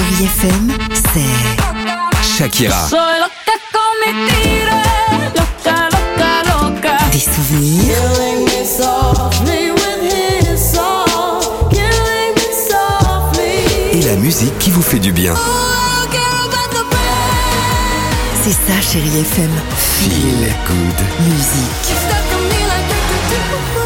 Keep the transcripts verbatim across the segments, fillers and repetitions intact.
Chérie F M, c'est Shakira. Soy loca con mi tigre, loca, loca, loca. des souvenirs, Killing me softly with his song, killing me softly. Et la musique qui vous fait du bien. Oh, I don't care about the bad. c'est ça Chérie F M. Feel good. Musique. You stuck on me like do, do, do.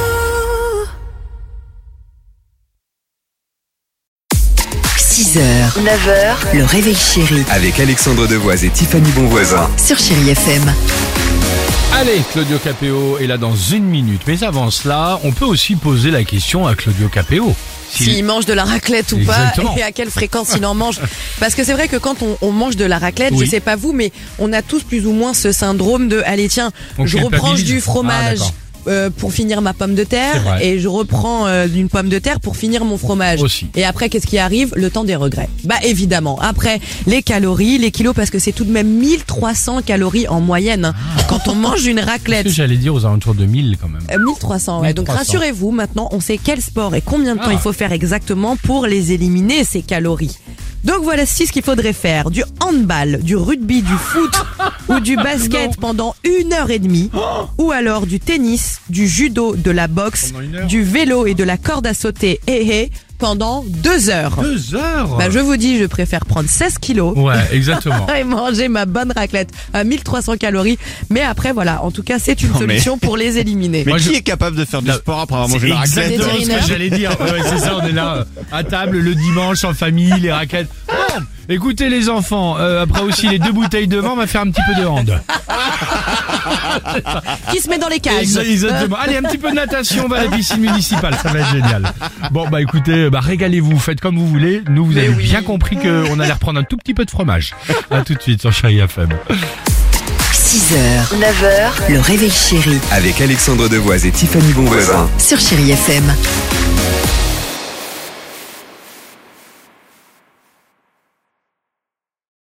six heures, neuf heures, le réveil chéri Avec Alexandre Devoise et Tiffany Bonvoisin. sur Chérie F M. Allez, Claudio Capéo est là dans une minute. Mais avant cela, on peut aussi poser la question à Claudio Capéo. S'il- S'il mange de la raclette ou Exactement. pas et à quelle fréquence il en mange. Parce que c'est vrai que quand on, on mange de la raclette, Oui. je sais pas vous, mais on a tous plus ou moins ce syndrome de allez tiens, On je reprends culpabilise. du Ah, fromage. d'accord. euh, pour finir ma pomme de C'est terre vrai. et je reprends euh, une pomme de terre pour finir mon fromage. Aussi. Et après qu'est-ce qui arrive? Le temps des regrets. Bah évidemment. Après les calories, les kilos parce que c'est tout de même mille trois cents calories en moyenne hein, quand on mange une Parce raclette. que j'allais dire aux alentours de mille quand même. Euh, mille trois cents, ouais. Donc mille trois cents. rassurez-vous, maintenant on sait quel sport et combien de temps Ah. il faut faire exactement pour les éliminer ces calories. Donc voilà ce qu'il faudrait faire. Du handball, du rugby, du foot ou du basket pendant une heure et demie. Ou alors du tennis, du judo, de la boxe, Pendant une heure. du vélo et de la corde à sauter hé hé pendant deux heures. Deux heures Bah je vous dis, je préfère prendre seize kilos. Ouais, exactement. Et manger ma bonne raclette à mille trois cents calories. Mais après, voilà, en tout cas, c'est une Non, mais- solution pour les éliminer. Mais Moi, qui je- est capable de faire du Là, sport après avoir C'est mangé une raclette? exactement ce que Vétérinaire. j'allais dire. Ouais, ouais, c'est ça, on est là euh, à table le dimanche en famille, les raquettes. Bon, écoutez les enfants, euh, après aussi les deux bouteilles de vin, on va faire un petit peu de hand. Qui se met dans les cages. Exa- Exactement. Allez, un petit peu de natation, on va à la piscine municipale, ça va être génial. Bon, bah écoutez, bah régalez-vous, faites comme vous voulez. Nous, vous Mais avez oui. bien compris qu'on allait reprendre un tout petit peu de fromage. À tout de suite sur Chérie F M. six heures, neuf heures, le réveil chéri Avec Alexandre Devoise et Tiffany Bonvoisin. sur Chérie F M.